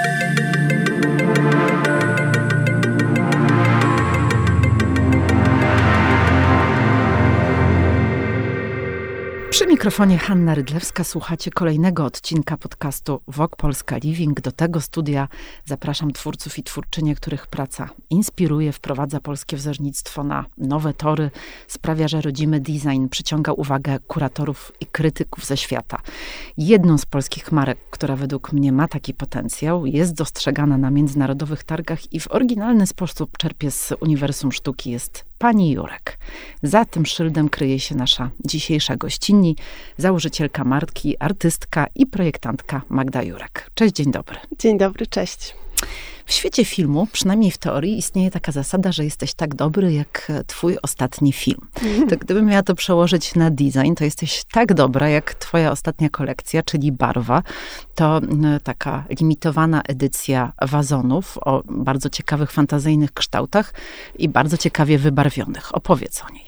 Przy mikrofonie Hanna Rydlewska, słuchacie kolejnego odcinka podcastu Vogue Polska Living. Do tego studia zapraszam twórców i twórczynie, których praca inspiruje, wprowadza polskie wzornictwo na nowe tory, sprawia, że rodzimy design przyciąga uwagę kuratorów i krytyków ze świata. Jedną z polskich marek, która według mnie ma taki potencjał, jest dostrzegana na międzynarodowych targach i w oryginalny sposób czerpie z uniwersum sztuki, jest pani Jurek. Za tym szyldem kryje się nasza dzisiejsza gościni, założycielka marki, artystka i projektantka Magda Jurek. Cześć, dzień dobry. Dzień dobry, cześć. W świecie filmu, przynajmniej w teorii, istnieje taka zasada, że jesteś tak dobry jak twój ostatni film. To gdybym miała to przełożyć na design, to jesteś tak dobra jak twoja ostatnia kolekcja, czyli Barwa. To taka limitowana edycja wazonów o bardzo ciekawych, fantazyjnych kształtach i bardzo ciekawie wybarwionych. Opowiedz o niej.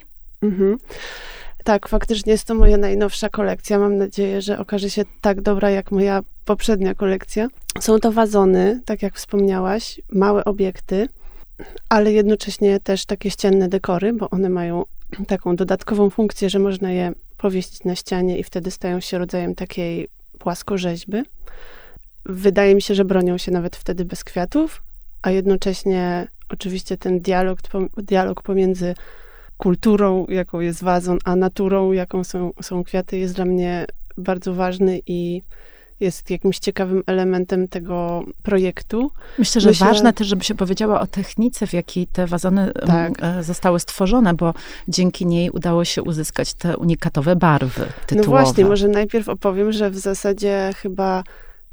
Tak, faktycznie jest to moja najnowsza kolekcja. Mam nadzieję, że okaże się tak dobra jak moja poprzednia kolekcja. Są to wazony, tak jak wspomniałaś, małe obiekty, ale jednocześnie też takie ścienne dekory, bo one mają taką dodatkową funkcję, że można je powiesić na ścianie i wtedy stają się rodzajem takiej płaskorzeźby. Wydaje mi się, że bronią się nawet wtedy bez kwiatów, a jednocześnie oczywiście ten dialog pomiędzy kulturą, jaką jest wazon, a naturą, jaką są kwiaty, jest dla mnie bardzo ważny i jest jakimś ciekawym elementem tego projektu. Myślę, że ważne też, żeby się powiedziała o technice, w jakiej te wazony zostały stworzone, bo dzięki niej udało się uzyskać te unikatowe barwy tytułowe. No właśnie, może najpierw opowiem, że w zasadzie chyba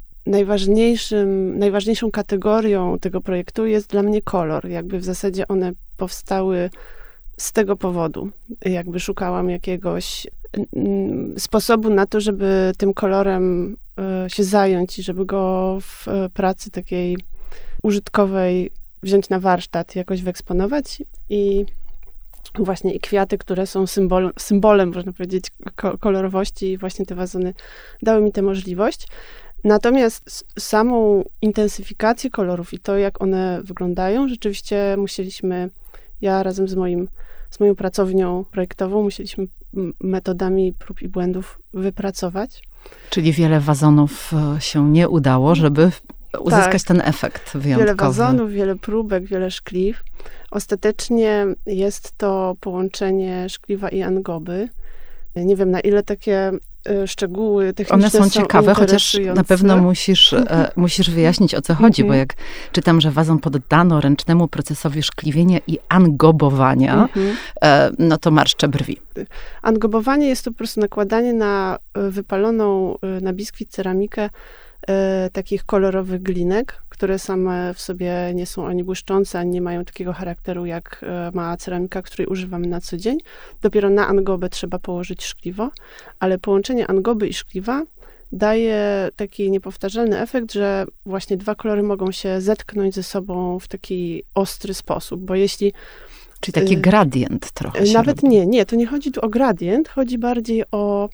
najważniejszą kategorią tego projektu jest dla mnie kolor. Jakby w zasadzie one powstały z tego powodu. Jakby szukałam jakiegoś sposobu na to, żeby tym kolorem się zająć i żeby go w pracy takiej użytkowej wziąć na warsztat, jakoś wyeksponować. I właśnie i kwiaty, które są symbolem, można powiedzieć, kolorowości, i właśnie te wazony dały mi tę możliwość. Natomiast samą intensyfikację kolorów i to, jak one wyglądają, rzeczywiście ja razem z moją pracownią projektową musieliśmy metodami prób i błędów wypracować. Czyli wiele wazonów się nie udało, żeby uzyskać ten efekt wyjątkowy. Wiele wazonów, wiele próbek, wiele szkliw. Ostatecznie jest to połączenie szkliwa i angoby. Nie wiem, na ile takie szczegóły techniczne One są ciekawe, chociaż na pewno musisz wyjaśnić, o co chodzi, bo jak czytam, że wazon poddano ręcznemu procesowi szkliwienia i angobowania, no to marszczę brwi. Angobowanie jest to po prostu nakładanie na wypaloną na biskwit ceramikę takich kolorowych glinek, które same w sobie nie są ani błyszczące, ani nie mają takiego charakteru, jak ma ceramika, której używamy na co dzień. Dopiero na angobę trzeba położyć szkliwo, ale połączenie angoby i szkliwa daje taki niepowtarzalny efekt, że właśnie dwa kolory mogą się zetknąć ze sobą w taki ostry sposób, bo jeśli... Czyli taki gradient trochę się Nawet robi. nie, to nie chodzi tu o gradient, chodzi bardziej o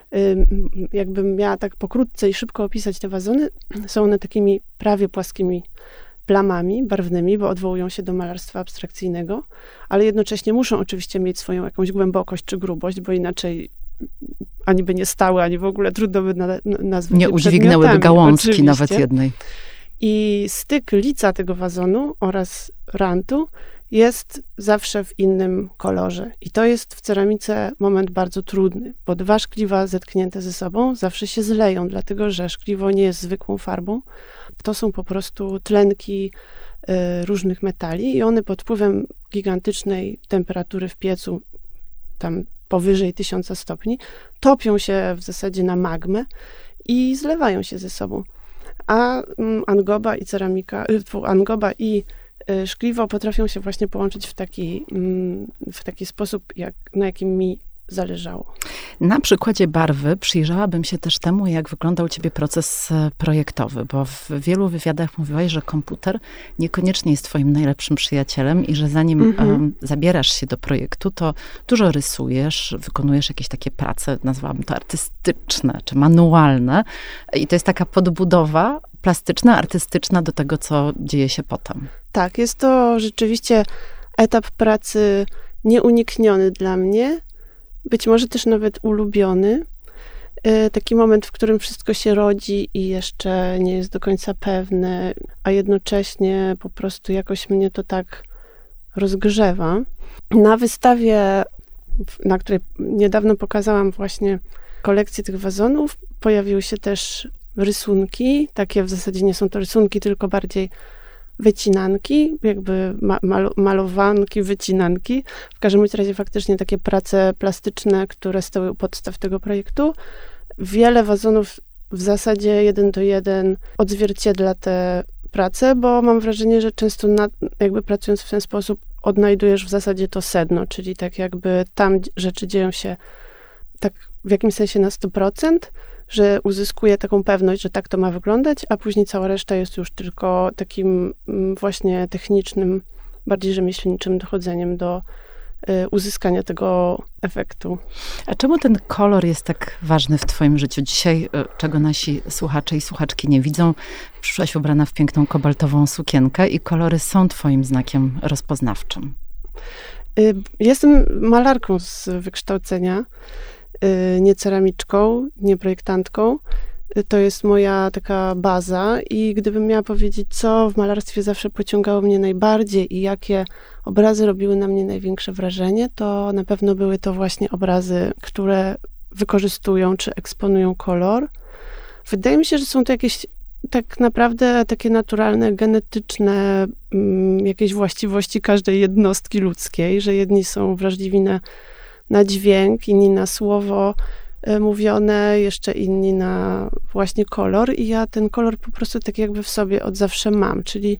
jakbym miała tak pokrótce i szybko opisać te wazony, są one takimi prawie płaskimi plamami barwnymi, bo odwołują się do malarstwa abstrakcyjnego, ale jednocześnie muszą oczywiście mieć swoją jakąś głębokość czy grubość, bo inaczej ani by nie stały, ani w ogóle trudno by nazwać nie udźwignęłyby gałązki oczywiście. Nawet jednej. I styk lica tego wazonu oraz rantu jest zawsze w innym kolorze. I to jest w ceramice moment bardzo trudny, bo dwa szkliwa zetknięte ze sobą zawsze się zleją, dlatego że szkliwo nie jest zwykłą farbą. To są po prostu tlenki różnych metali i one pod wpływem gigantycznej temperatury w piecu, tam powyżej 1000 stopni, topią się w zasadzie na magmę i zlewają się ze sobą. A angoba i szkliwo potrafią się właśnie połączyć w taki sposób, na jakim mi zależało. Na przykładzie barwy przyjrzałabym się też temu, jak wyglądał u ciebie proces projektowy, bo w wielu wywiadach mówiłaś, że komputer niekoniecznie jest twoim najlepszym przyjacielem i że zanim zabierasz się do projektu, to dużo rysujesz, wykonujesz jakieś takie prace, nazwałabym to artystyczne czy manualne i to jest taka podbudowa plastyczna, artystyczna do tego, co dzieje się potem. Tak, jest to rzeczywiście etap pracy nieunikniony dla mnie, być może też nawet ulubiony. Taki moment, w którym wszystko się rodzi i jeszcze nie jest do końca pewne, a jednocześnie po prostu jakoś mnie to tak rozgrzewa. Na wystawie, na której niedawno pokazałam właśnie kolekcję tych wazonów, pojawiły się też rysunki. Takie w zasadzie nie są to rysunki, tylko bardziej wycinanki, jakby malowanki, wycinanki. W każdym razie faktycznie takie prace plastyczne, które stały u podstaw tego projektu. Wiele wazonów w zasadzie 1:1 odzwierciedla te prace, bo mam wrażenie, że często jakby pracując w ten sposób odnajdujesz w zasadzie to sedno, czyli tak jakby tam rzeczy dzieją się tak w jakimś sensie na 100%, że uzyskuję taką pewność, że tak to ma wyglądać, a później cała reszta jest już tylko takim właśnie technicznym, bardziej rzemieślniczym dochodzeniem do uzyskania tego efektu. A czemu ten kolor jest tak ważny w twoim życiu? Dzisiaj, czego nasi słuchacze i słuchaczki nie widzą, przyszłaś ubrana w piękną kobaltową sukienkę i kolory są twoim znakiem rozpoznawczym. Jestem malarką z wykształcenia, nie ceramiczką, nie projektantką. To jest moja taka baza i gdybym miała powiedzieć, co w malarstwie zawsze pociągało mnie najbardziej i jakie obrazy robiły na mnie największe wrażenie, to na pewno były to właśnie obrazy, które wykorzystują czy eksponują kolor. Wydaje mi się, że są to jakieś tak naprawdę takie naturalne, genetyczne jakieś właściwości każdej jednostki ludzkiej, że jedni są wrażliwi na dźwięk, inni na słowo mówione, jeszcze inni na właśnie kolor i ja ten kolor po prostu tak jakby w sobie od zawsze mam, czyli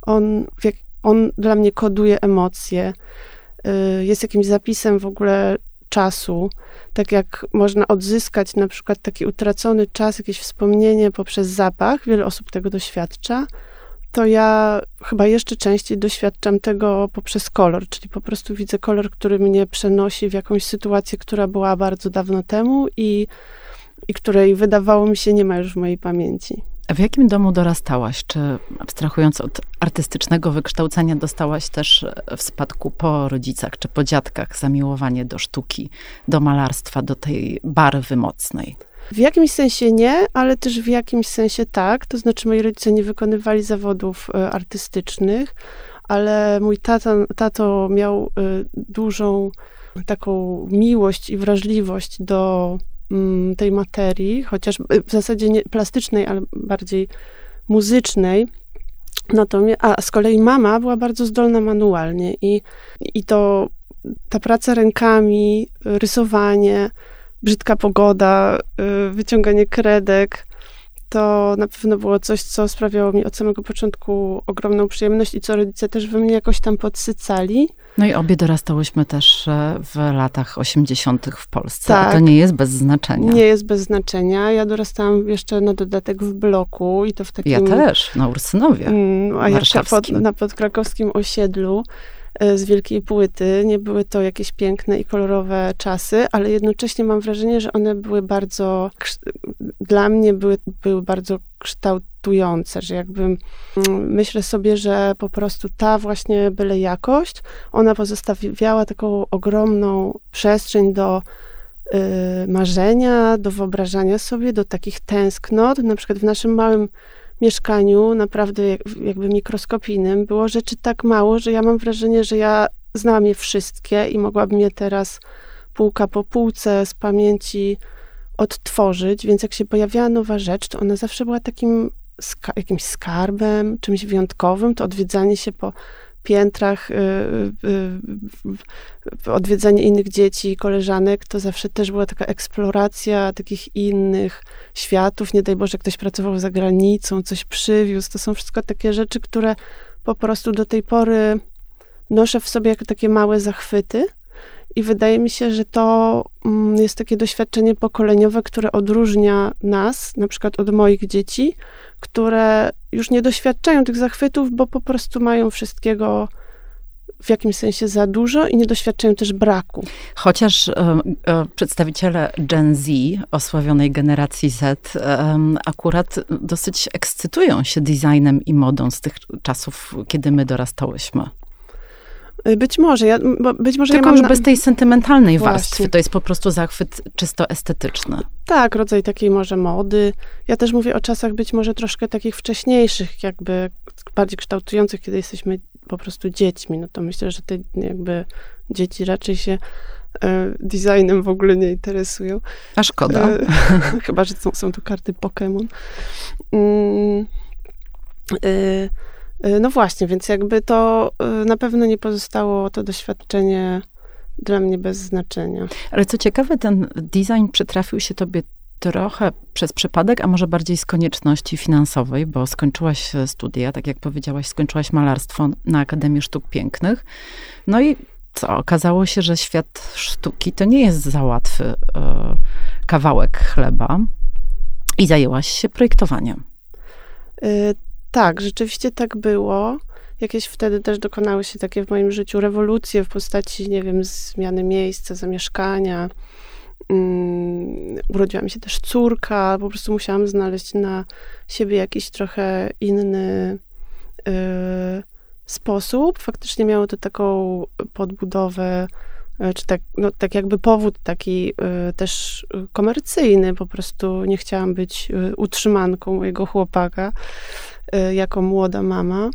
on dla mnie koduje emocje, jest jakimś zapisem w ogóle czasu, tak jak można odzyskać na przykład taki utracony czas, jakieś wspomnienie poprzez zapach, wiele osób tego doświadcza, to ja chyba jeszcze częściej doświadczam tego poprzez kolor, czyli po prostu widzę kolor, który mnie przenosi w jakąś sytuację, która była bardzo dawno temu i której wydawało mi się nie ma już w mojej pamięci. A w jakim domu dorastałaś? Czy abstrahując od artystycznego wykształcenia, dostałaś też w spadku po rodzicach czy po dziadkach zamiłowanie do sztuki, do malarstwa, do tej barwy mocnej? W jakimś sensie nie, ale też w jakimś sensie tak. To znaczy moi rodzice nie wykonywali zawodów artystycznych, ale mój tato miał dużą taką miłość i wrażliwość do tej materii, chociaż w zasadzie nie plastycznej, ale bardziej muzycznej. Natomiast, a z kolei mama była bardzo zdolna manualnie i to ta praca rękami, rysowanie, brzydka pogoda, wyciąganie kredek, to na pewno było coś, co sprawiało mi od samego początku ogromną przyjemność i co rodzice też we mnie jakoś tam podsycali. No i obie dorastałyśmy też w latach 80. w Polsce. Tak. A to nie jest bez znaczenia. Nie jest bez znaczenia. Ja dorastałam jeszcze na dodatek w bloku i to w takim... Ja też, na Ursynowie a ja na podkrakowskim osiedlu z Wielkiej Płyty. Nie były to jakieś piękne i kolorowe czasy, ale jednocześnie mam wrażenie, że one były bardzo, dla mnie były bardzo kształtujące, że jakby myślę sobie, że po prostu ta właśnie byle jakość, ona pozostawiała taką ogromną przestrzeń do marzenia, do wyobrażania sobie, do takich tęsknot. Na przykład w naszym małym mieszkaniu, naprawdę jakby mikroskopijnym, było rzeczy tak mało, że ja mam wrażenie, że ja znałam je wszystkie i mogłabym je teraz półka po półce z pamięci odtworzyć, więc jak się pojawiała nowa rzecz, to ona zawsze była takim jakimś skarbem, czymś wyjątkowym, to odwiedzanie się po piętrach, odwiedzanie innych dzieci, koleżanek, to zawsze też była taka eksploracja takich innych światów. Nie daj Boże, ktoś pracował za granicą, coś przywiózł. To są wszystko takie rzeczy, które po prostu do tej pory noszę w sobie jako takie małe zachwyty. I wydaje mi się, że to jest takie doświadczenie pokoleniowe, które odróżnia nas, na przykład od moich dzieci, które już nie doświadczają tych zachwytów, bo po prostu mają wszystkiego w jakimś sensie za dużo i nie doświadczają też braku. Chociaż przedstawiciele Gen Z, osławionej generacji Z, akurat dosyć ekscytują się designem i modą z tych czasów, kiedy my dorastałyśmy. Być może. Tylko już bez tej sentymentalnej warstwy. To jest po prostu zachwyt czysto estetyczny. Tak, rodzaj takiej może mody. Ja też mówię o czasach być może troszkę takich wcześniejszych, jakby bardziej kształtujących, kiedy jesteśmy po prostu dziećmi. No to myślę, że te jakby dzieci raczej się designem w ogóle nie interesują. A szkoda. Chyba, że są tu karty Pokémon. No właśnie, więc jakby to na pewno nie pozostało to doświadczenie dla mnie bez znaczenia. Ale co ciekawe, ten design przytrafił się tobie trochę przez przypadek, a może bardziej z konieczności finansowej, bo skończyłaś studia, tak jak powiedziałaś, skończyłaś malarstwo na Akademii Sztuk Pięknych. No i co? Okazało się, że świat sztuki to nie jest za łatwy kawałek chleba i zajęłaś się projektowaniem. Tak, rzeczywiście tak było. Jakieś wtedy też dokonały się takie w moim życiu rewolucje w postaci, nie wiem, zmiany miejsca, zamieszkania. Urodziła mi się też córka, po prostu musiałam znaleźć na siebie jakiś trochę inny sposób. Faktycznie miało to taką podbudowę, czy tak, no, tak jakby powód taki też komercyjny. Po prostu nie chciałam być utrzymanką mojego chłopaka jako młoda mama.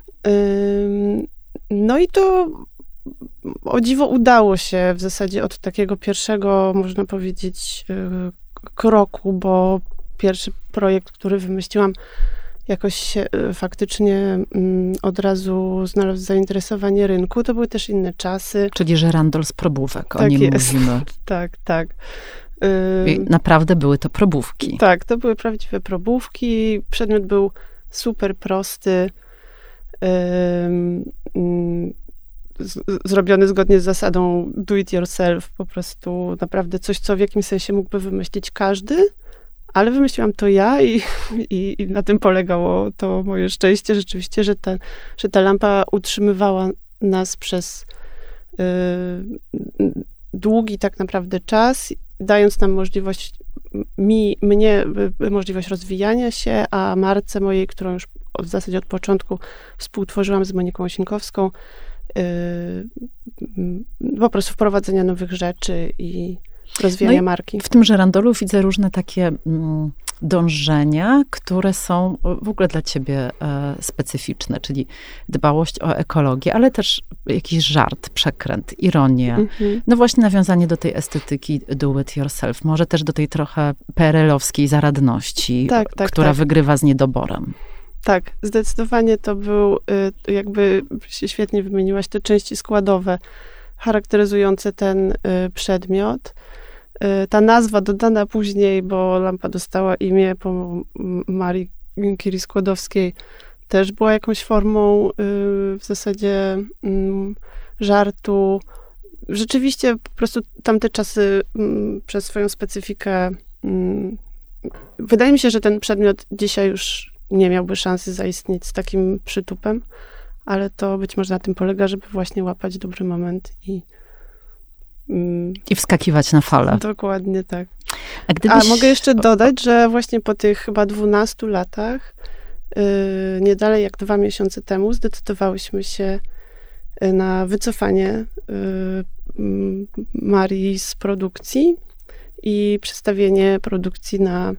No i to o dziwo udało się w zasadzie od takiego pierwszego, można powiedzieć, kroku, bo pierwszy projekt, który wymyśliłam, jakoś się faktycznie od razu znalazł zainteresowanie rynku. To były też inne czasy. Czyli żerandol z probówek, tak o nim jest. mówimy. Tak. I naprawdę były to probówki. Tak, to były prawdziwe probówki. Przedmiot był super prosty. Zrobiony zgodnie z zasadą do it yourself. Po prostu naprawdę coś, co w jakimś sensie mógłby wymyślić każdy. Ale wymyśliłam to ja i na tym polegało to moje szczęście rzeczywiście, że ta lampa utrzymywała nas przez długi tak naprawdę czas, dając nam możliwość, mnie możliwość rozwijania się, a marce mojej, którą już w zasadzie od początku współtworzyłam z Moniką Osinkowską, po prostu wprowadzenia nowych rzeczy i rozwijania marki. W tym żerandolu widzę różne takie dążenia, które są w ogóle dla ciebie specyficzne, czyli dbałość o ekologię, ale też jakiś żart, przekręt, ironię. No właśnie nawiązanie do tej estetyki do it yourself, może też do tej trochę PRL-owskiej zaradności, która wygrywa z niedoborem. Tak, zdecydowanie to był, jakby się świetnie wymieniłaś, te części składowe charakteryzujące ten przedmiot. Ta nazwa dodana później, bo lampa dostała imię po Marii Curie-Skłodowskiej, też była jakąś formą w zasadzie żartu. Rzeczywiście po prostu tamte czasy przez swoją specyfikę wydaje mi się, że ten przedmiot dzisiaj już nie miałby szansy zaistnieć z takim przytupem, ale to być może na tym polega, żeby właśnie łapać dobry moment i wskakiwać na falę. Dokładnie tak. A mogę jeszcze dodać, że właśnie po tych chyba 12 latach, nie dalej jak 2 miesiące temu, zdecydowałyśmy się na wycofanie Marii z produkcji i przestawienie produkcji na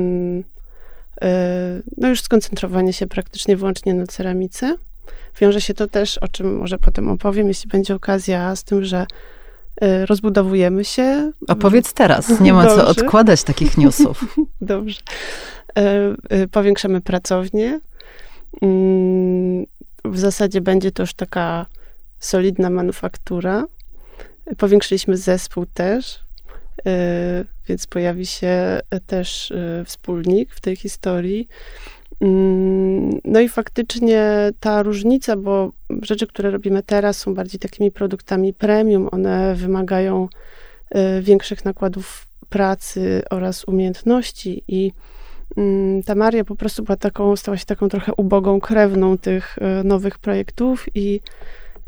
no już skoncentrowanie się praktycznie wyłącznie na ceramice. Wiąże się to też, o czym może potem opowiem, jeśli będzie okazja, z tym, że rozbudowujemy się. Opowiedz teraz, nie ma co odkładać takich newsów. Dobrze. Powiększamy pracownię. W zasadzie będzie to już taka solidna manufaktura. Powiększyliśmy zespół też, więc pojawi się też wspólnik w tej historii. No i faktycznie ta różnica, bo rzeczy, które robimy teraz, są bardziej takimi produktami premium. One wymagają większych nakładów pracy oraz umiejętności i ta Maria po prostu stała się taką trochę ubogą krewną tych nowych projektów i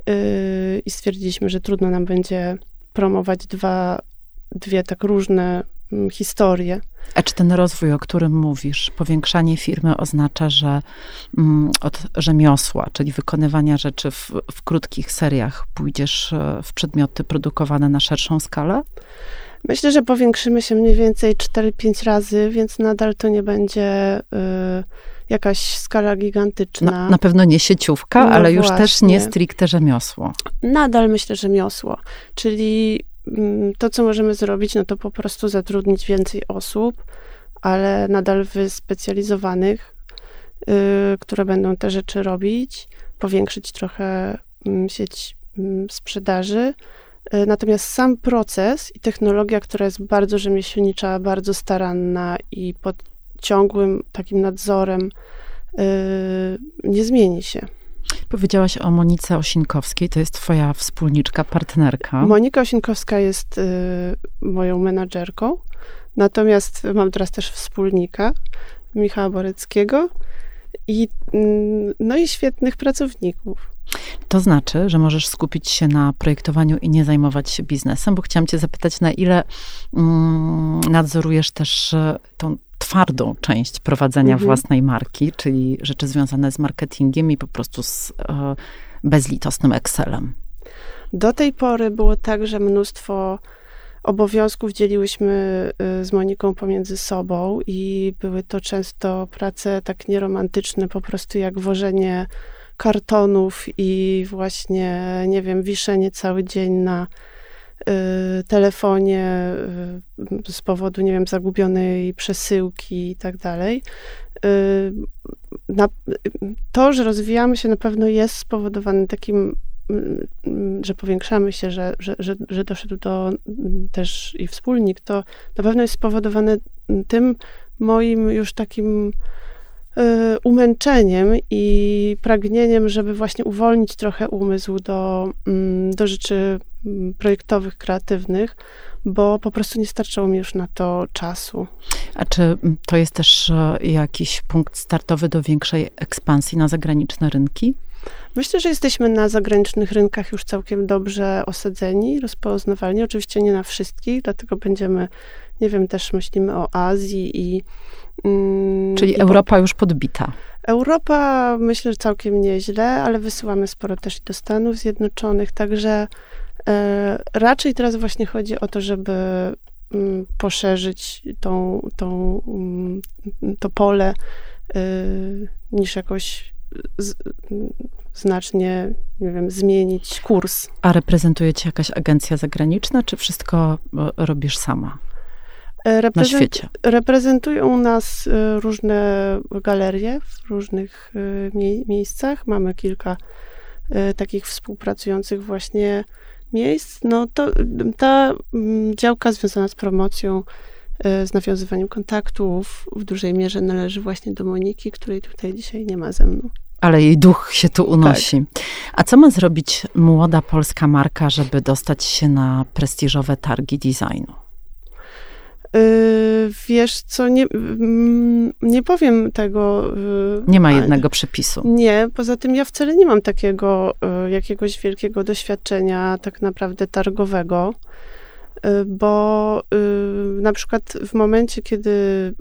i stwierdziliśmy, że trudno nam będzie promować dwie tak różne historie. A czy ten rozwój, o którym mówisz, powiększanie firmy oznacza, że od rzemiosła, czyli wykonywania rzeczy w krótkich seriach, pójdziesz w przedmioty produkowane na szerszą skalę? Myślę, że powiększymy się mniej więcej 4-5 razy, więc nadal to nie będzie jakaś skala gigantyczna. Na pewno nie sieciówka, No ale już właśnie. też nie stricte rzemiosło. Nadal myślę, że rzemiosło. Czyli to, co możemy zrobić, no to po prostu zatrudnić więcej osób, ale nadal wyspecjalizowanych, które będą te rzeczy robić, powiększyć trochę sieć sprzedaży. Natomiast sam proces i technologia, która jest bardzo rzemieślnicza, bardzo staranna i pod ciągłym takim nadzorem, nie zmieni się. Powiedziałaś o Monice Osinkowskiej, to jest twoja wspólniczka, partnerka. Monika Osinkowska jest moją menadżerką, natomiast mam teraz też wspólnika, Michała Boreckiego i świetnych pracowników. To znaczy, że możesz skupić się na projektowaniu i nie zajmować się biznesem, bo chciałam cię zapytać, na ile nadzorujesz też tą twardą część prowadzenia własnej marki, czyli rzeczy związane z marketingiem i po prostu z bezlitosnym Excelem. Do tej pory było tak, że mnóstwo obowiązków dzieliłyśmy z Moniką pomiędzy sobą i były to często prace tak nieromantyczne, po prostu jak wożenie kartonów i właśnie, nie wiem, wiszenie cały dzień na telefonie z powodu, nie wiem, zagubionej przesyłki i tak dalej. To, że rozwijamy się, na pewno jest spowodowane takim, że powiększamy się, że doszedł do też i wspólnik, to na pewno jest spowodowane tym moim już takim umęczeniem i pragnieniem, żeby właśnie uwolnić trochę umysł do rzeczy projektowych, kreatywnych, bo po prostu nie starczało mi już na to czasu. A czy to jest też jakiś punkt startowy do większej ekspansji na zagraniczne rynki? Myślę, że jesteśmy na zagranicznych rynkach już całkiem dobrze osadzeni, rozpoznawalni. Oczywiście nie na wszystkich, dlatego będziemy, nie wiem, też myślimy o Azji i czyli Europa już podbita. Europa, myślę, że całkiem nieźle, ale wysyłamy sporo też do Stanów Zjednoczonych, także raczej teraz właśnie chodzi o to, żeby poszerzyć to pole niż jakoś znacznie, nie wiem, zmienić kurs. A reprezentuje cię jakaś agencja zagraniczna, czy wszystko robisz sama? Na świecie. Reprezentują nas różne galerie w różnych miejscach. Mamy kilka takich współpracujących właśnie miejsc. No to ta działka związana z promocją, z nawiązywaniem kontaktów w dużej mierze należy właśnie do Moniki, której tutaj dzisiaj nie ma ze mną. Ale jej duch się tu unosi. Tak. A co ma zrobić młoda polska marka, żeby dostać się na prestiżowe targi designu? Wiesz co, nie powiem tego. Nie ma jednego przepisu. Nie, poza tym ja wcale nie mam takiego jakiegoś wielkiego doświadczenia tak naprawdę targowego, bo na przykład w momencie, kiedy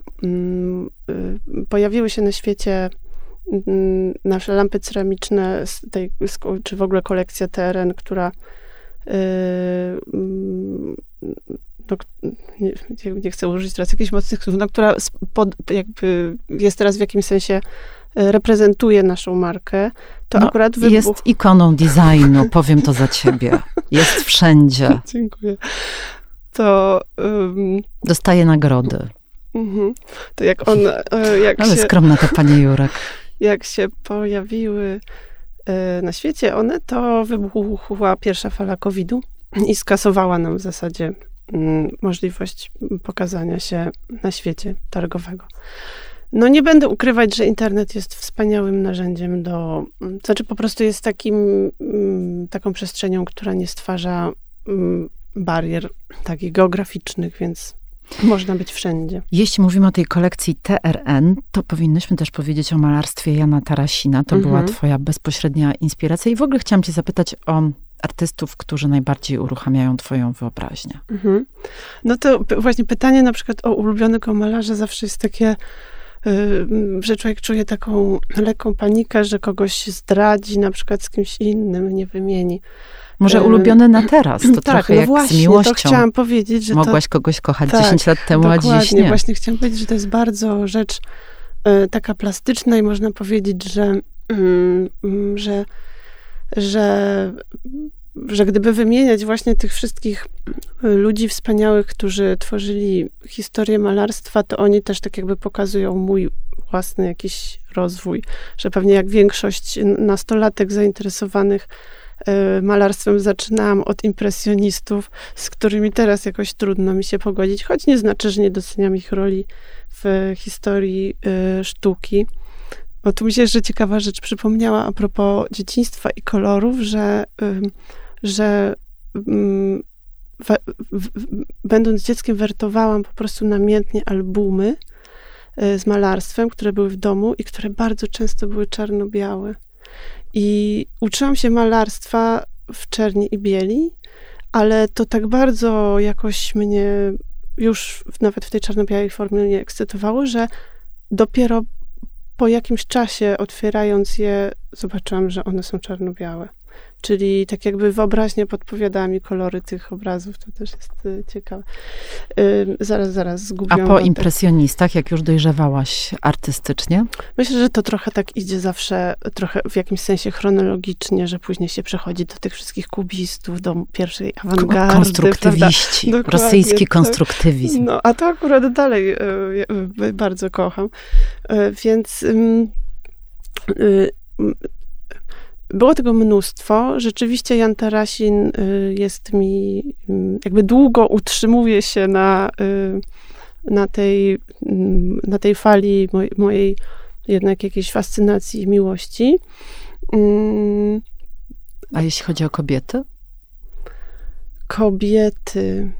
pojawiły się na świecie nasze lampy ceramiczne, czy w ogóle kolekcja TRN, która nie chcę użyć teraz jakichś mocnych słów, która jakby jest teraz w jakimś sensie reprezentuje naszą markę, to akurat wybuch... Jest ikoną designu, powiem to za ciebie. Jest wszędzie. Dziękuję. To... dostaje nagrody. To jak on... Ale skromna to pani Jurek. Jak się pojawiły na świecie one, to wybuchła pierwsza fala COVID-u i skasowała nam w zasadzie możliwość pokazania się na świecie targowego. No nie będę ukrywać, że internet jest wspaniałym narzędziem znaczy po prostu jest taką przestrzenią, która nie stwarza barier takich geograficznych, więc Można być wszędzie. Jeśli mówimy o tej kolekcji TRN, to powinnyśmy też powiedzieć o malarstwie Jana Tarasina. To była twoja bezpośrednia inspiracja. I w ogóle chciałam cię zapytać o artystów, którzy najbardziej uruchamiają twoją wyobraźnię. No to właśnie pytanie na przykład o ulubionego malarza zawsze jest takie, że człowiek czuje taką lekką panikę, że kogoś zdradzi, na przykład z kimś innym, nie wymieni. Może ulubione na teraz, to tak, trochę jak właśnie, z miłością. To chciałam powiedzieć, że mogłaś kogoś kochać tak, 10 lat temu, a dziś nie. Właśnie chciałam powiedzieć, że to jest bardzo rzecz taka plastyczna i można powiedzieć, że gdyby wymieniać właśnie tych wszystkich ludzi wspaniałych, którzy tworzyli historię malarstwa, to oni też tak jakby pokazują mój własny jakiś rozwój, że pewnie jak większość nastolatek zainteresowanych malarstwem zaczynałam od impresjonistów, z którymi teraz jakoś trudno mi się pogodzić, choć nie znaczy, że nie doceniam ich roli w historii sztuki. Bo tu mi się jeszcze ciekawa rzecz przypomniała a propos dzieciństwa i kolorów, że będąc dzieckiem wertowałam po prostu namiętnie albumy z malarstwem, które były w domu i które bardzo często były czarno-białe. I uczyłam się malarstwa w czerni i bieli, ale to tak bardzo jakoś mnie już nawet w tej czarno-białej formie nie ekscytowało, że dopiero po jakimś czasie, otwierając je, zobaczyłam, że one są czarno-białe. Czyli tak jakby wyobraźnia podpowiadała mi kolory tych obrazów. To też jest ciekawe. Zaraz zgubiłam. A po impresjonistach, jak już dojrzewałaś artystycznie? Myślę, że to trochę tak idzie zawsze, trochę w jakimś sensie chronologicznie, że później się przechodzi do tych wszystkich kubistów, do pierwszej awangardy. Konstruktywiści. Rosyjski konstruktywizm. No, a to akurat dalej bardzo kocham. Więc było tego mnóstwo. Rzeczywiście Jan Tarasin jest mi, jakby długo utrzymuje się na tej fali mojej jednak jakiejś fascynacji i miłości. A jeśli chodzi o kobiety? Kobiety.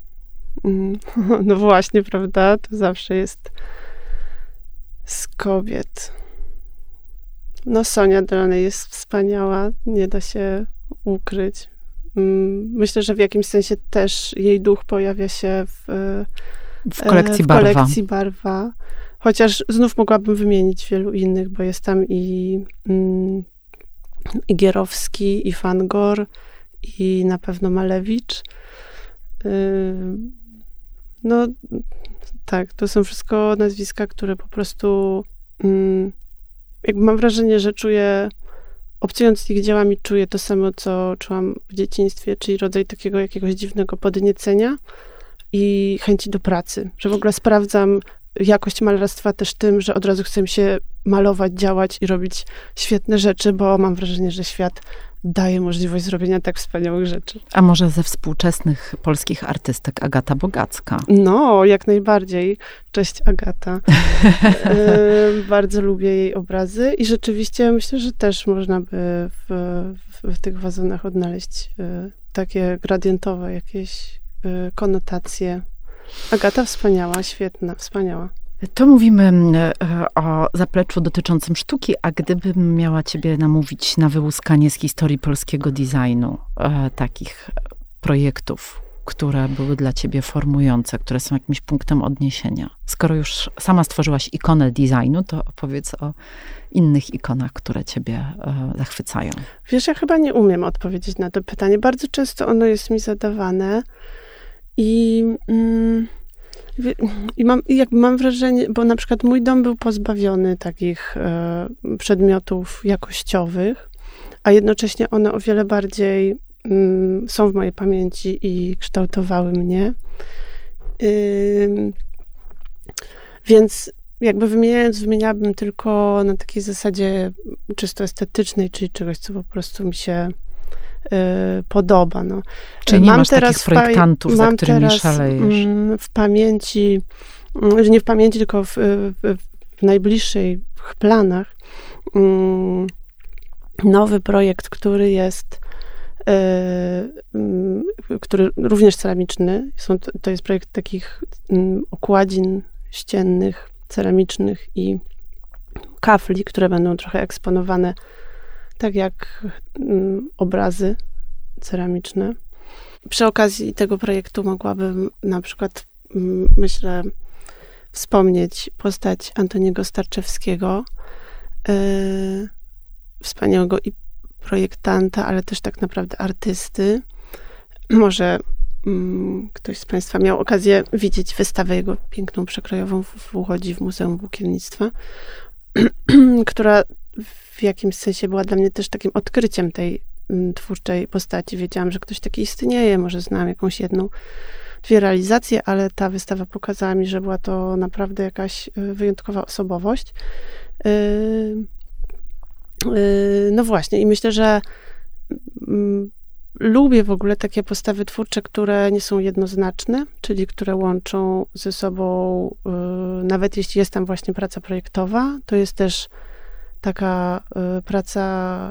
No właśnie, prawda? To zawsze jest z kobiet. No Sonia Delaunay jest wspaniała, nie da się ukryć. Myślę, że w jakimś sensie też jej duch pojawia się w kolekcji Barwa. Chociaż znów mogłabym wymienić wielu innych, bo jest tam i Gierowski, i Fangor, i na pewno Malewicz. No tak, to są wszystko nazwiska, które po prostu jakby mam wrażenie, że obcując z ich dziełami, czuję to samo, co czułam w dzieciństwie, czyli rodzaj takiego jakiegoś dziwnego podniecenia i chęci do pracy. Że w ogóle sprawdzam jakość malarstwa też tym, że od razu chcę się malować, działać i robić świetne rzeczy, bo mam wrażenie, że świat daje możliwość zrobienia tak wspaniałych rzeczy. A może ze współczesnych polskich artystek Agata Bogacka? No, jak najbardziej. Cześć Agata. Bardzo lubię jej obrazy i rzeczywiście myślę, że też można by w tych wazonach odnaleźć takie gradientowe jakieś konotacje. Agata wspaniała, świetna, wspaniała. To mówimy o zapleczu dotyczącym sztuki, a gdybym miała ciebie namówić na wyłuskanie z historii polskiego designu, takich projektów, które były dla ciebie formujące, które są jakimś punktem odniesienia. Skoro już sama stworzyłaś ikonę designu, to opowiedz o innych ikonach, które ciebie zachwycają. Wiesz, ja chyba nie umiem odpowiedzieć na to pytanie. Bardzo często ono jest mi zadawane i mam wrażenie, bo na przykład mój dom był pozbawiony takich przedmiotów jakościowych, a jednocześnie one o wiele bardziej są w mojej pamięci i kształtowały mnie. Więc jakby wymieniałabym tylko na takiej zasadzie czysto estetycznej, czyli czegoś, co po prostu mi się podoba. No. Czyli nie masz takich projektantów, za którymi szalejesz? W pamięci, nie w pamięci, tylko w najbliższych planach nowy projekt, który jest który również ceramiczny. To jest projekt takich okładzin ściennych, ceramicznych i kafli, które będą trochę eksponowane tak jak obrazy ceramiczne. Przy okazji tego projektu mogłabym na przykład, myślę, wspomnieć postać Antoniego Starczewskiego, wspaniałego i projektanta, ale też tak naprawdę artysty. Może ktoś z Państwa miał okazję widzieć wystawę jego piękną, przekrojową w Łodzi, w Muzeum Włókiennictwa, która w jakimś sensie była dla mnie też takim odkryciem tej twórczej postaci. Wiedziałam, że ktoś taki istnieje, może znam jakąś jedną, dwie realizacje, ale ta wystawa pokazała mi, że była to naprawdę jakaś wyjątkowa osobowość. No właśnie, i myślę, że lubię w ogóle takie postawy twórcze, które nie są jednoznaczne, czyli które łączą ze sobą, nawet jeśli jest tam właśnie praca projektowa, to jest też taka praca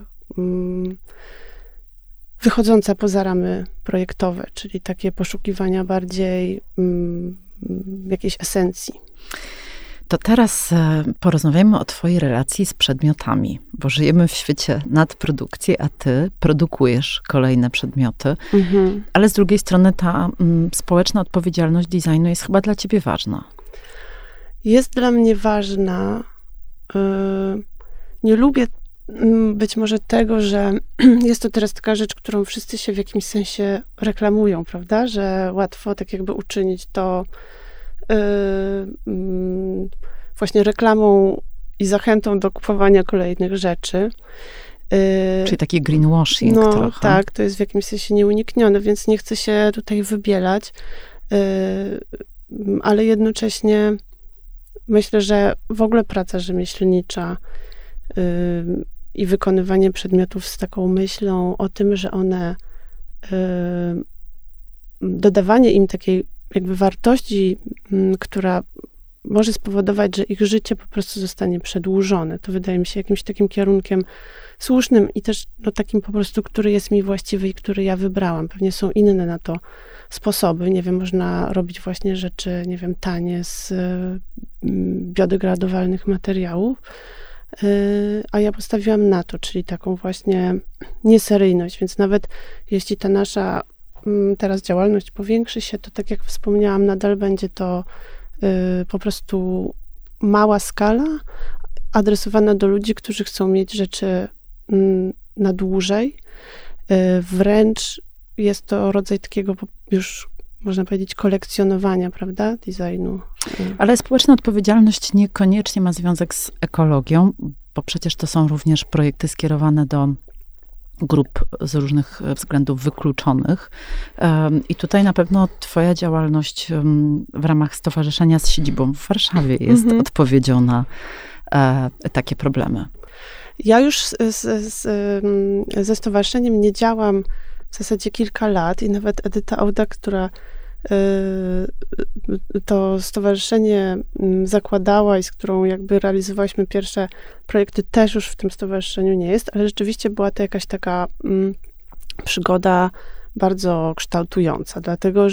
wychodząca poza ramy projektowe, czyli takie poszukiwania bardziej jakiejś esencji. To teraz porozmawiajmy o twojej relacji z przedmiotami, bo żyjemy w świecie nadprodukcji, a ty produkujesz kolejne przedmioty, ale z drugiej strony ta społeczna odpowiedzialność designu jest chyba dla ciebie ważna. Jest dla mnie ważna. Nie lubię być może tego, że jest to teraz taka rzecz, którą wszyscy się w jakimś sensie reklamują, prawda? Że łatwo tak jakby uczynić to właśnie reklamą i zachętą do kupowania kolejnych rzeczy. Czyli taki greenwashing trochę. Tak, to jest w jakimś sensie nieuniknione, więc nie chcę się tutaj wybielać, ale jednocześnie myślę, że w ogóle praca rzemieślnicza i wykonywanie przedmiotów z taką myślą o tym, że one, dodawanie im takiej jakby wartości, która może spowodować, że ich życie po prostu zostanie przedłużone. To wydaje mi się jakimś takim kierunkiem słusznym i też takim po prostu, który jest mi właściwy i który ja wybrałam. Pewnie są inne na to sposoby. Nie wiem, można robić właśnie rzeczy, nie wiem, tanie z biodegradowalnych materiałów, a ja postawiłam na to, czyli taką właśnie nieseryjność, więc nawet jeśli ta nasza teraz działalność powiększy się, to tak jak wspomniałam, nadal będzie to po prostu mała skala, adresowana do ludzi, którzy chcą mieć rzeczy na dłużej. Wręcz jest to rodzaj takiego już, można powiedzieć, kolekcjonowania, prawda, designu. Ale społeczna odpowiedzialność niekoniecznie ma związek z ekologią, bo przecież to są również projekty skierowane do grup z różnych względów wykluczonych. I tutaj na pewno twoja działalność w ramach stowarzyszenia z siedzibą w Warszawie jest odpowiedzią na takie problemy. Ja już ze stowarzyszeniem nie działam w zasadzie kilka lat i nawet Edyta Auda, która to stowarzyszenie zakładała i z którą jakby realizowałyśmy pierwsze projekty, też już w tym stowarzyszeniu nie jest, ale rzeczywiście była to jakaś taka przygoda bardzo kształtująca, dlatego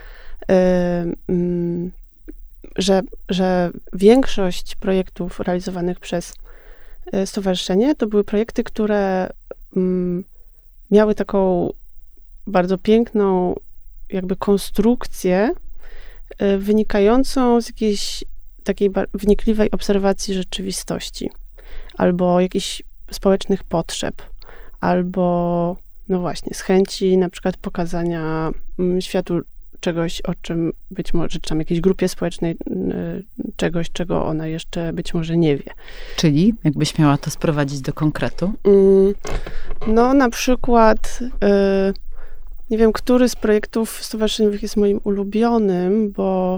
że większość projektów realizowanych przez stowarzyszenie to były projekty, które miały taką bardzo piękną jakby konstrukcję wynikającą z jakiejś takiej wnikliwej obserwacji rzeczywistości, albo jakichś społecznych potrzeb, albo no właśnie z chęci na przykład pokazania światu czegoś, o czym być może, czy tam jakiejś grupie społecznej czegoś, czego ona jeszcze być może nie wie. Czyli jakbyś miała to sprowadzić do konkretu? No na przykład nie wiem, który z projektów stowarzyszeniowych jest moim ulubionym, bo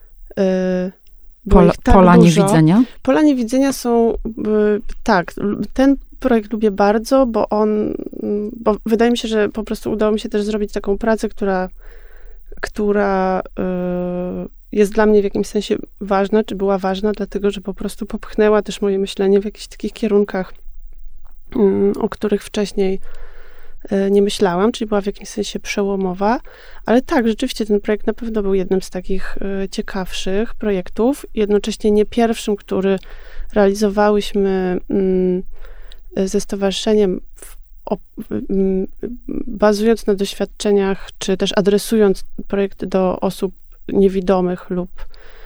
ich tak Pola dużo. Niewidzenia? Pola Niewidzenia są, tak, ten projekt lubię bardzo, bo wydaje mi się, że po prostu udało mi się też zrobić taką pracę, która jest dla mnie w jakimś sensie ważna, czy była ważna, dlatego, że po prostu popchnęła też moje myślenie w jakichś takich kierunkach, o których wcześniej nie myślałam, czyli była w jakimś sensie przełomowa, ale tak, rzeczywiście ten projekt na pewno był jednym z takich ciekawszych projektów, jednocześnie nie pierwszym, który realizowałyśmy ze stowarzyszeniem, bazując na doświadczeniach, czy też adresując projekt do osób niewidomych lub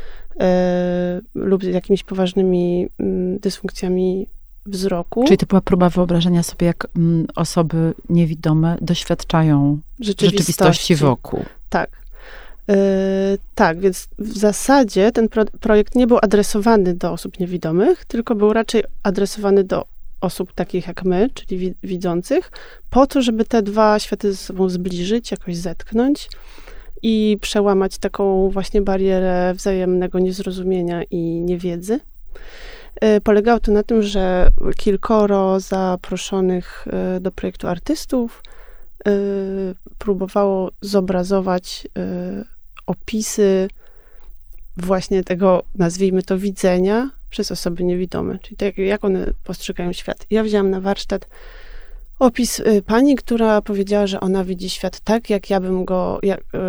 z jakimiś poważnymi dysfunkcjami wzroku. Czyli to była próba wyobrażenia sobie, jak osoby niewidome doświadczają rzeczywistości wokół. Tak. Tak, więc w zasadzie ten projekt nie był adresowany do osób niewidomych, tylko był raczej adresowany do osób takich jak my, czyli widzących, po to, żeby te dwa światy ze sobą zbliżyć, jakoś zetknąć i przełamać taką właśnie barierę wzajemnego niezrozumienia i niewiedzy. Polegało to na tym, że kilkoro zaproszonych do projektu artystów próbowało zobrazować opisy właśnie tego, nazwijmy to, widzenia przez osoby niewidome, czyli tak, jak one postrzegają świat. Ja wzięłam na warsztat opis pani, która powiedziała, że ona widzi świat tak, jak ja bym go,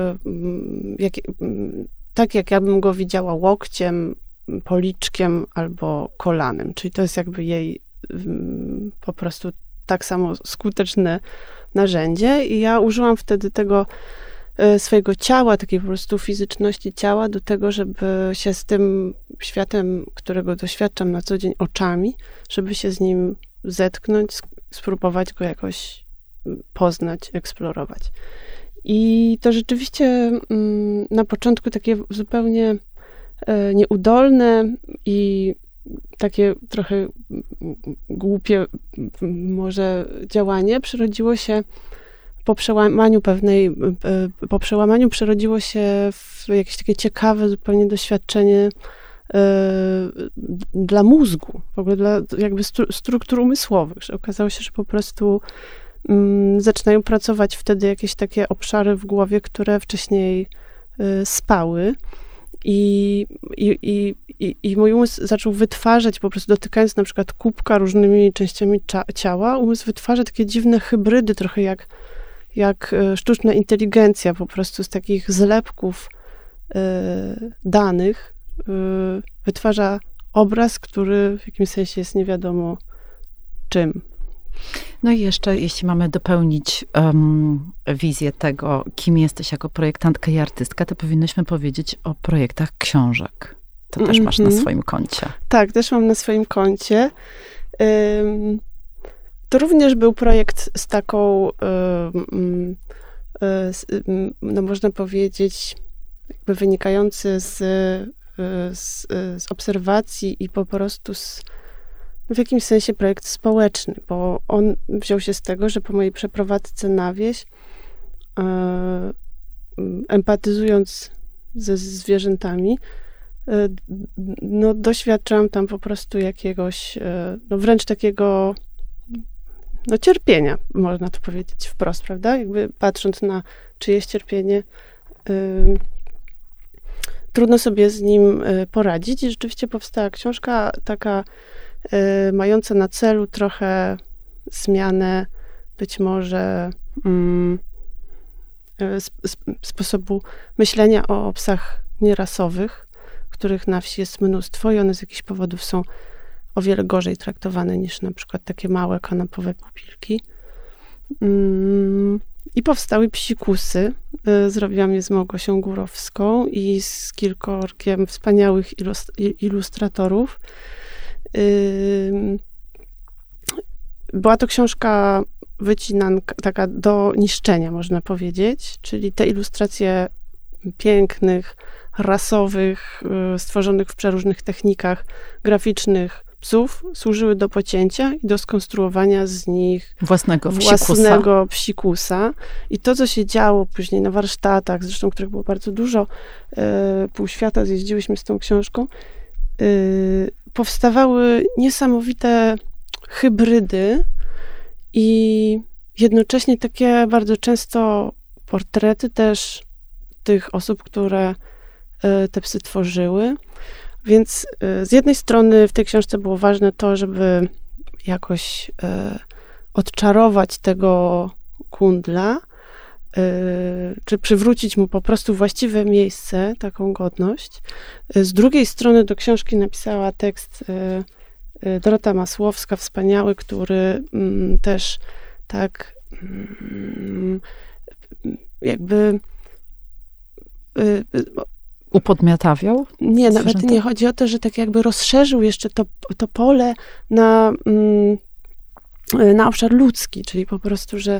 tak jak ja bym go widziała łokciem, policzkiem albo kolanem. Czyli to jest jakby jej po prostu tak samo skuteczne narzędzie. I ja użyłam wtedy tego swojego ciała, takiej po prostu fizyczności ciała do tego, żeby się z tym światem, którego doświadczam na co dzień oczami, żeby się z nim zetknąć, spróbować go jakoś poznać, eksplorować. I to rzeczywiście na początku takie zupełnie nieudolne i takie trochę głupie może działanie przerodziło się po przełamaniu przerodziło się w jakieś takie ciekawe zupełnie doświadczenie dla mózgu, w ogóle dla jakby struktur umysłowych, że okazało się, że po prostu zaczynają pracować wtedy jakieś takie obszary w głowie, które wcześniej spały. I mój umysł zaczął wytwarzać, po prostu dotykając na przykład kubka różnymi częściami ciała, umysł wytwarza takie dziwne hybrydy, trochę jak sztuczna inteligencja, po prostu z takich zlepków danych wytwarza obraz, który w jakimś sensie jest nie wiadomo czym. No i jeszcze, jeśli mamy dopełnić wizję tego, kim jesteś jako projektantka i artystka, to powinnyśmy powiedzieć o projektach książek. To też masz na swoim koncie. Tak, też mam na swoim koncie. To również był projekt z taką, no można powiedzieć, jakby wynikający z obserwacji i po prostu w jakimś sensie projekt społeczny, bo on wziął się z tego, że po mojej przeprowadzce na wieś, empatyzując ze zwierzętami, no doświadczałam tam po prostu jakiegoś, no wręcz takiego, no cierpienia, można to powiedzieć wprost, prawda? Jakby patrząc na czyjeś cierpienie, trudno sobie z nim poradzić i rzeczywiście powstała książka taka mająca na celu trochę zmianę być może sposobu myślenia o psach nierasowych, których na wsi jest mnóstwo i one z jakichś powodów są o wiele gorzej traktowane niż na przykład takie małe kanapowe pupilki. I powstały psikusy. Zrobiłam je z Małgosią Górowską i z kilkorgiem wspaniałych ilustratorów. Była to książka wycinanka, taka do niszczenia, można powiedzieć, czyli te ilustracje pięknych, rasowych, stworzonych w przeróżnych technikach graficznych psów służyły do pocięcia i do skonstruowania z nich własnego psikusa. I to, co się działo później na warsztatach, zresztą których było bardzo dużo, pół świata zjeździłyśmy z tą książką, powstawały niesamowite hybrydy i jednocześnie takie bardzo często portrety też tych osób, które te psy tworzyły. Więc z jednej strony w tej książce było ważne to, żeby jakoś odczarować tego kundla, czy przywrócić mu po prostu właściwe miejsce, taką godność. Z drugiej strony do książki napisała tekst Dorota Masłowska, wspaniały, który też tak jakby upodmiotawiał? Nie, nawet nie chodzi o to, że tak jakby rozszerzył jeszcze to pole na obszar ludzki, czyli po prostu, że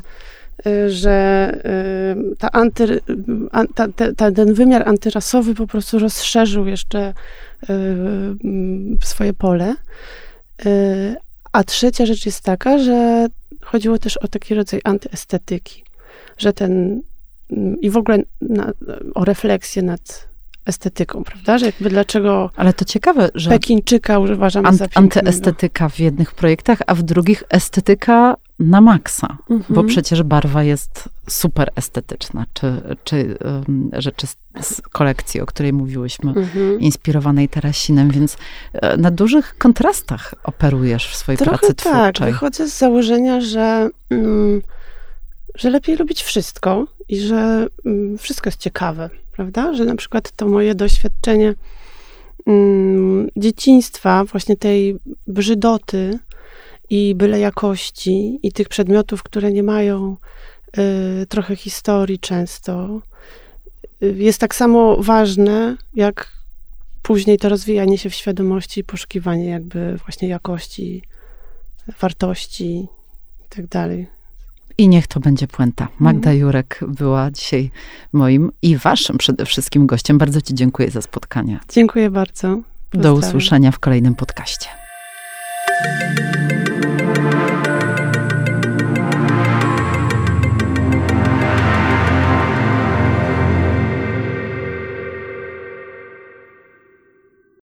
ten wymiar antyrasowy po prostu rozszerzył jeszcze swoje pole. A trzecia rzecz jest taka, że chodziło też o taki rodzaj antyestetyki, że i w ogóle o refleksję nad estetyką, prawda? Że jakby dlaczego ale to ciekawe, że Pekińczyka uważamy za pięknego. Antyestetyka w jednych projektach, a w drugich estetyka na maksa. Bo przecież barwa jest super estetyczna. Czy rzeczy z kolekcji, o której mówiłyśmy, inspirowanej Tarasinem, więc na dużych kontrastach operujesz w swojej pracy twórczej. Tak, wychodzę z założenia, że lepiej lubić wszystko i że wszystko jest ciekawe, prawda? Że na przykład to moje doświadczenie dzieciństwa, właśnie tej brzydoty i byle jakości i tych przedmiotów, które nie mają trochę historii często, jest tak samo ważne, jak później to rozwijanie się w świadomości i poszukiwanie jakby właśnie jakości, wartości i tak dalej. I niech to będzie puenta. Magda Jurek była dzisiaj moim i waszym przede wszystkim gościem. Bardzo ci dziękuję za spotkanie. Dziękuję bardzo. Do usłyszenia w kolejnym podcaście.